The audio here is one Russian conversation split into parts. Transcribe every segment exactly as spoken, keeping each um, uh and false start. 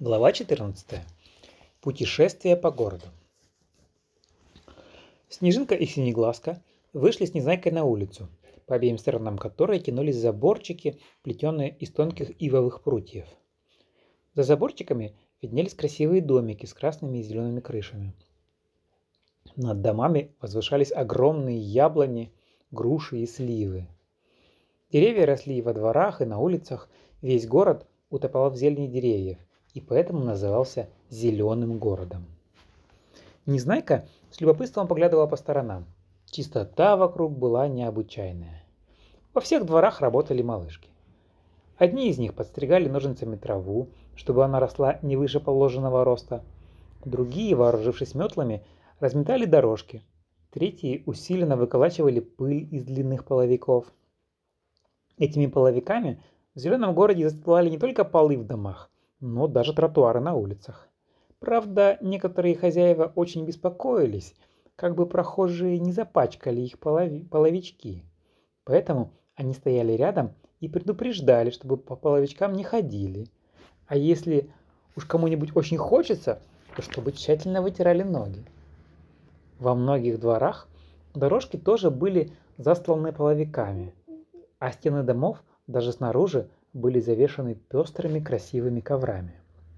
Глава четырнадцатая. Путешествие по городу. Снежинка и Синеглазка вышли с Незнайкой на улицу, по обеим сторонам которой тянулись заборчики, плетеные из тонких ивовых прутьев. За заборчиками виднелись красивые домики с красными и зелеными крышами. Над домами возвышались огромные яблони, груши и сливы. Деревья росли и во дворах, и на улицах. Весь город утопал в зелени деревьев, и поэтому назывался «зеленым городом». Незнайка с любопытством поглядывала по сторонам. Чистота вокруг была необычайная. Во всех дворах работали малышки. Одни из них подстригали ножницами траву, чтобы она росла не выше положенного роста. Другие, вооружившись метлами, разметали дорожки. Третьи усиленно выколачивали пыль из длинных половиков. Этими половиками в зеленом городе застилали не только полы в домах, но даже тротуары на улицах. Правда, некоторые хозяева очень беспокоились, как бы прохожие не запачкали их полови- половички. Поэтому они стояли рядом и предупреждали, чтобы по половичкам не ходили. А если уж кому-нибудь очень хочется, то чтобы тщательно вытирали ноги. Во многих дворах дорожки тоже были застланы половиками, а стены домов даже снаружи были завешаны пестрыми красивыми коврами.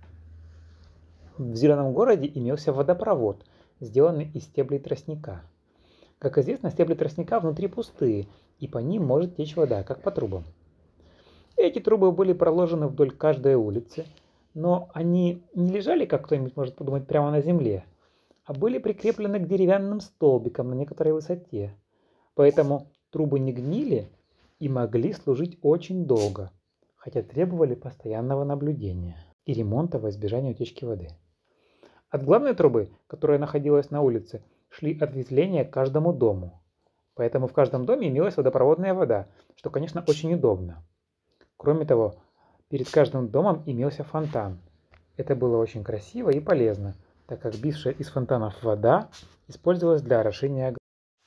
В зеленом городе имелся водопровод, сделанный из стеблей тростника. Как известно, стебли тростника внутри пустые, и по ним может течь вода, как по трубам. Эти трубы были проложены вдоль каждой улицы, но они не лежали, как кто-нибудь может подумать, прямо на земле, а были прикреплены к деревянным столбикам на некоторой высоте. Поэтому трубы не гнили и могли служить очень долго, хотя требовали постоянного наблюдения и ремонта во избежание утечки воды. От главной трубы, которая находилась на улице, шли ответвления к каждому дому. Поэтому в каждом доме имелась водопроводная вода, что, конечно, очень удобно. Кроме того, перед каждым домом имелся фонтан. Это было очень красиво и полезно, так как бившая из фонтанов вода использовалась для орошения огорода.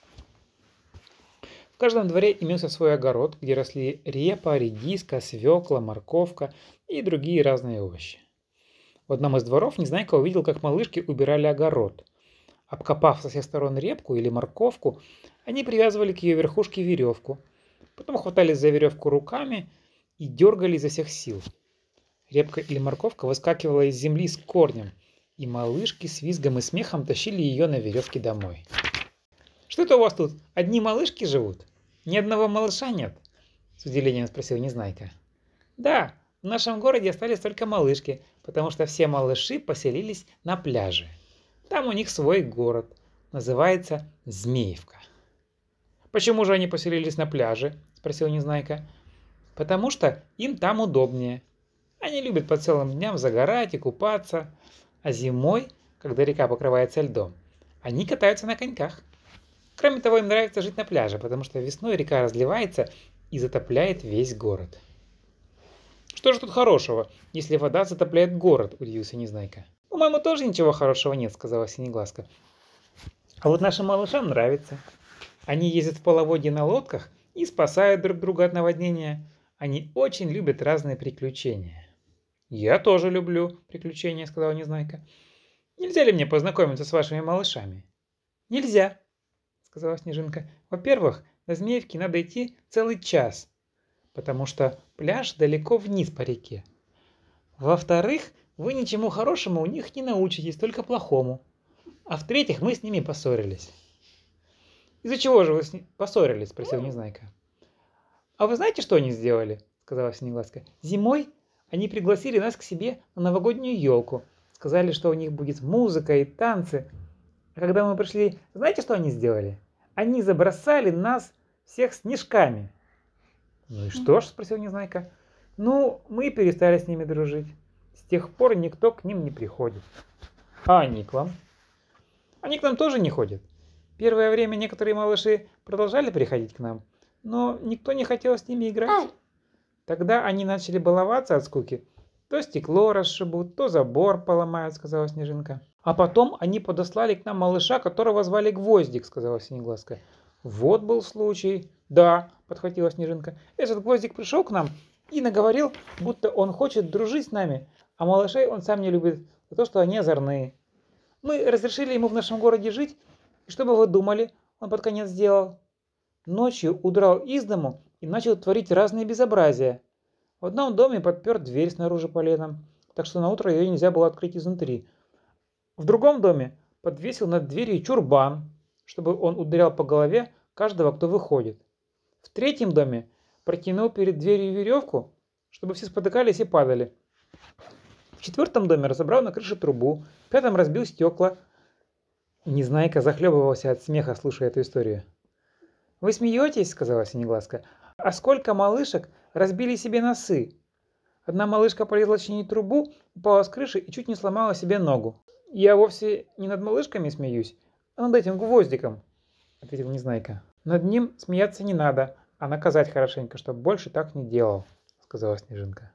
В каждом дворе имелся свой огород, где росли репа, редиска, свекла, морковка и другие разные овощи. В одном из дворов Незнайка увидел, как малышки убирали огород. Обкопав со всех сторон репку или морковку, они привязывали к ее верхушке веревку, потом хватались за веревку руками и дергали изо всех сил. Репка или морковка выскакивала из земли с корнем, и малышки с визгом и смехом тащили ее на веревке домой. «Что это у вас тут? Одни малышки живут? Ни одного малыша нет?» — с удивлением спросил Незнайка. «Да, в нашем городе остались только малышки, потому что все малыши поселились на пляже. Там у них свой город, называется Змеевка». «Почему же они поселились на пляже?» — спросил Незнайка. «Потому что им там удобнее. Они любят по целым дням загорать и купаться, а зимой, когда река покрывается льдом, они катаются на коньках. Кроме того, им нравится жить на пляже, потому что весной река разливается и затопляет весь город». «Что же тут хорошего, если вода затопляет город?» – удивился Незнайка. «По-моему, тоже ничего хорошего нет», – сказала Синеглазка. «А вот нашим малышам нравится. Они ездят в половодье на лодках и спасают друг друга от наводнения. Они очень любят разные приключения». «Я тоже люблю приключения», – сказала Незнайка. «Нельзя ли мне познакомиться с вашими малышами?» «Нельзя», — сказала Снежинка. «Во-первых, до Змеевки надо идти целый час, потому что пляж далеко вниз по реке. Во-вторых, вы ничему хорошему у них не научитесь, только плохому. А в-третьих, мы с ними поссорились». «Из-за чего же вы с ними поссорились?» — спросил Незнайка. «А вы знаете, что они сделали?» — сказала Синеглазка. «Зимой они пригласили нас к себе на новогоднюю елку. Сказали, что у них будет музыка и танцы. А когда мы пришли, знаете, что они сделали? Они забросали нас всех снежками». «Ну и что ж?» – спросил Незнайка. «Ну, мы перестали с ними дружить. С тех пор никто к ним не приходит». «А они к вам?» «Они к нам тоже не ходят. Первое время некоторые малыши продолжали приходить к нам, но никто не хотел с ними играть. Тогда они начали баловаться от скуки. То стекло расшибут, то забор поломают», – сказала Снежинка. «А потом они подослали к нам малыша, которого звали Гвоздик», — сказала Синеглазка. «Вот был случай». «Да», — подхватила Снежинка. «Этот Гвоздик пришел к нам и наговорил, будто он хочет дружить с нами, А малышей он сам не любит за то, что они озорные. Мы разрешили ему в нашем городе жить, и что бы вы думали, он под конец сделал? Ночью удрал из дому и начал творить разные безобразия. В одном доме подпер дверь снаружи поленом, так что на утро ее нельзя было открыть изнутри. В другом доме подвесил над дверью чурбан, чтобы он ударял по голове каждого, кто выходит. В третьем доме протянул перед дверью веревку, чтобы все спотыкались и падали. В четвертом доме разобрал на крыше трубу, в пятом разбил стекла. Незнайка захлебывался от смеха, слушая эту историю. «Вы смеетесь?» — сказала Синеглазка. «А сколько малышек разбили себе носы? Одна малышка полезла чинить трубу, упала с крыши и чуть не сломала себе ногу». «Я вовсе не над малышками смеюсь, а над этим гвоздиком», — ответил Незнайка. «Над ним смеяться не надо, а наказать хорошенько, чтобы больше так не делал», — сказала Снежинка.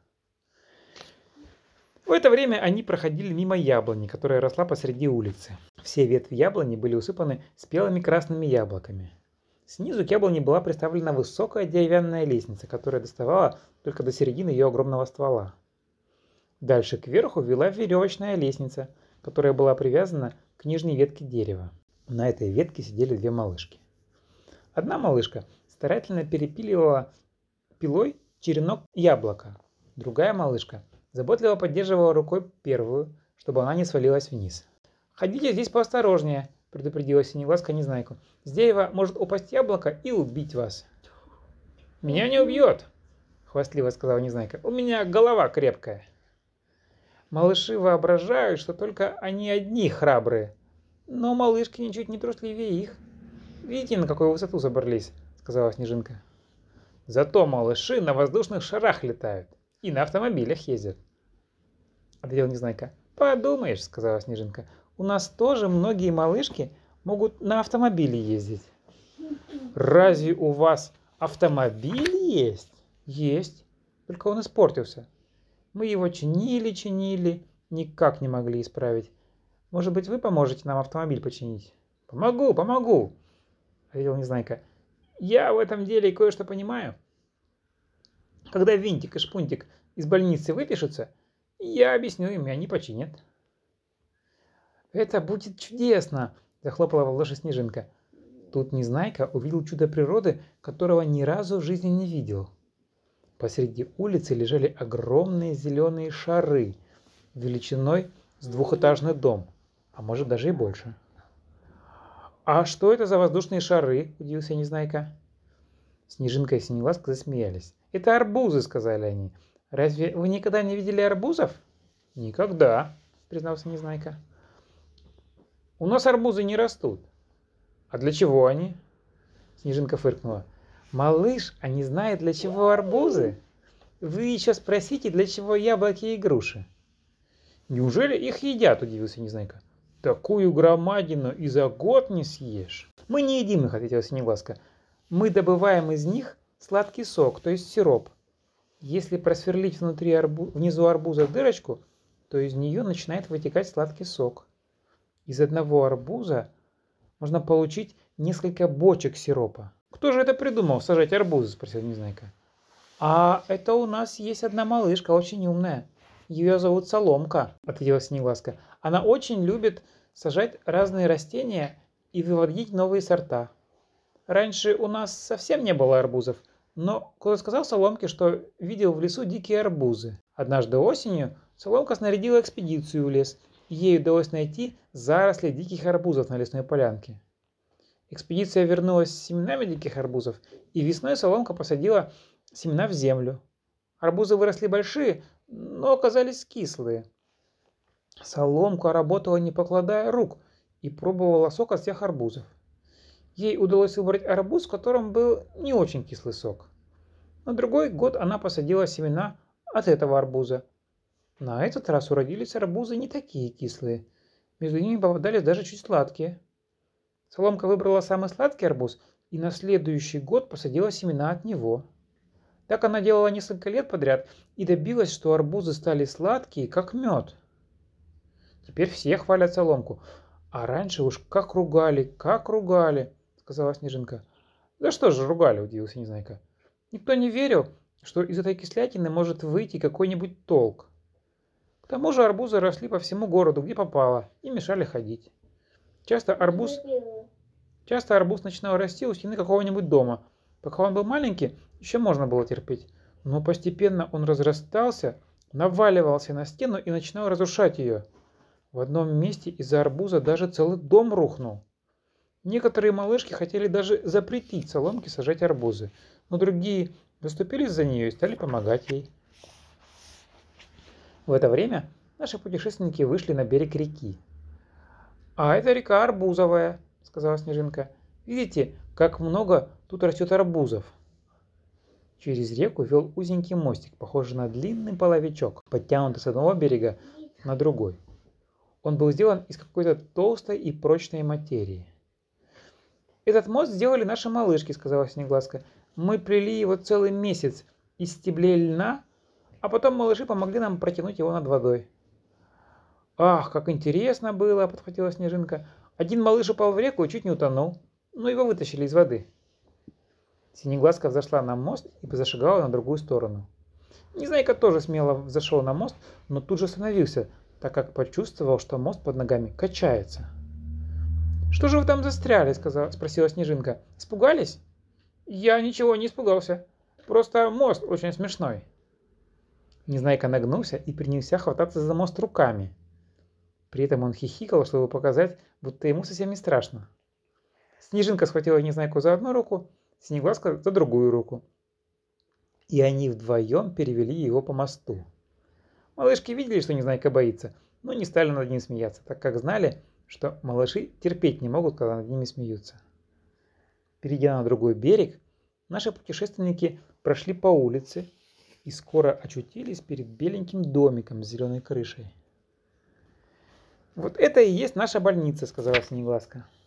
В это время они проходили мимо яблони, которая росла посреди улицы. Все ветви яблони были усыпаны спелыми красными яблоками. Снизу к яблоне была приставлена высокая деревянная лестница, которая доставала только до середины ее огромного ствола. Дальше кверху вела веревочная лестница, которая была привязана к нижней ветке дерева. На этой ветке сидели две малышки. Одна малышка старательно перепиливала пилой черенок яблока. Другая малышка заботливо поддерживала рукой первую, чтобы она не свалилась вниз. «Ходите здесь поосторожнее», — предупредила Синеглазка Незнайку. «С дерева может упасть яблоко и убить вас». «Меня не убьет», — хвастливо сказала Незнайка. «У меня голова крепкая». Малыши воображают, что только они одни храбрые, но малышки ничуть не трусливее их. «Видите, на какую высоту забрались», — сказала Снежинка. «Зато малыши на воздушных шарах летают и на автомобилях ездят», — ответил Незнайка. «Подумаешь», — сказала Снежинка, — «у нас тоже многие малышки могут на автомобиле ездить». «Разве у вас автомобиль есть?» «Есть, только он испортился. Мы его чинили, чинили, никак не могли исправить. Может быть, вы поможете нам автомобиль починить?» «Помогу, помогу», — ответил Незнайка. «Я в этом деле кое-что понимаю. Когда Винтик и Шпунтик из больницы выпишутся, я объясню им, и они починят». «Это будет чудесно!» – захлопала в ладоши Снежинка. Тут Незнайка увидел чудо природы, которого ни разу в жизни не видел. Посреди улицы лежали огромные зеленые шары, величиной с двухэтажный дом, а может даже и больше. «А что это за воздушные шары?» – удивился Незнайка. Снежинка и Синеглазка засмеялись. «Это арбузы», — сказали они. «Разве вы никогда не видели арбузов?» «Никогда», — признался Незнайка. «У нас арбузы не растут». «А для чего они?» Снежинка фыркнула. «Малыш, а не знает, для чего арбузы? Вы еще спросите, для чего яблоки и груши». «Неужели их едят?» — удивился Незнайка. «Такую громадину и за год не съешь». «Мы не едим их», — ответила Синеглазка. «Мы добываем из них сладкий сок, то есть сироп. Если просверлить внутри арбу... внизу арбуза дырочку, то из нее начинает вытекать сладкий сок. Из одного арбуза можно получить несколько бочек сиропа». «Кто же это придумал, сажать арбузы?» — спросил Незнайка. «А это у нас есть одна малышка, очень умная. Ее зовут Соломка», — ответила Синеглазка. «Она очень любит сажать разные растения и выводить новые сорта. Раньше у нас совсем не было арбузов, но кто-то сказал Соломке, что видел в лесу дикие арбузы. Однажды осенью Соломка снарядила экспедицию в лес, и ей удалось найти заросли диких арбузов на лесной полянке. Экспедиция вернулась с семенами диких арбузов, и весной Соломка посадила семена в землю. Арбузы выросли большие, но оказались кислые. Соломка работала, не покладая рук, и пробовала сок от всех арбузов. Ей удалось выбрать арбуз, в котором был не очень кислый сок. На другой год она посадила семена от этого арбуза. На этот раз уродились арбузы не такие кислые. Между ними попадались даже чуть сладкие. Соломка выбрала самый сладкий арбуз и на следующий год посадила семена от него. Так она делала несколько лет подряд и добилась, что арбузы стали сладкие, как мед. Теперь все хвалят Соломку. А раньше уж как ругали, как ругали, сказала Снежинка. «Да что же ругали?» – удивился Незнайка. «Никто не верил, что из этой кислятины может выйти какой-нибудь толк. тому же арбузы росли по всему городу, где попало, и мешали ходить. Часто арбуз, часто арбуз начинал расти у стены какого-нибудь дома. Пока он был маленький, еще можно было терпеть. Но постепенно он разрастался, наваливался на стену и начинал разрушать ее. В одном месте из-за арбуза даже целый дом рухнул. Некоторые малышки хотели даже запретить соломке сажать арбузы, но другие заступились за нее и стали помогать ей. В это время наши путешественники вышли на берег реки. «А это река Арбузовая», — сказала Снежинка. «Видите, как много тут растет арбузов?» Через реку вел узенький мостик, похожий на длинный половичок, подтянутый с одного берега на другой. Он был сделан из какой-то толстой и прочной материи. «Этот мост сделали наши малышки», — сказала Синеглазка. «Мы плели его целый месяц из стеблей льна, а потом малыши помогли нам протянуть его над водой». «Ах, как интересно было!» — подхватила Снежинка. «Один малыш упал в реку и чуть не утонул, но его вытащили из воды». Синеглазка взошла на мост и зашагала на другую сторону. Незнайка тоже смело взошел на мост, но тут же остановился, так как почувствовал, что мост под ногами качается. «Что же вы там застряли?» — сказала, спросила Снежинка. «Испугались?» «Я ничего не испугался. Просто мост очень смешной». Незнайка нагнулся и принялся хвататься за мост руками. При этом он хихикал, чтобы показать, будто ему совсем не страшно. Снежинка схватила Незнайку за одну руку, Синеглазка за другую руку. И они вдвоем перевели его по мосту. Малышки видели, что Незнайка боится, но не стали над ним смеяться, так как знали, что малыши терпеть не могут, когда над ними смеются. Перейдя на другой берег, наши путешественники прошли по улице и скоро очутились перед беленьким домиком с зеленой крышей. «Вот это и есть наша больница», — сказала Синеглазка.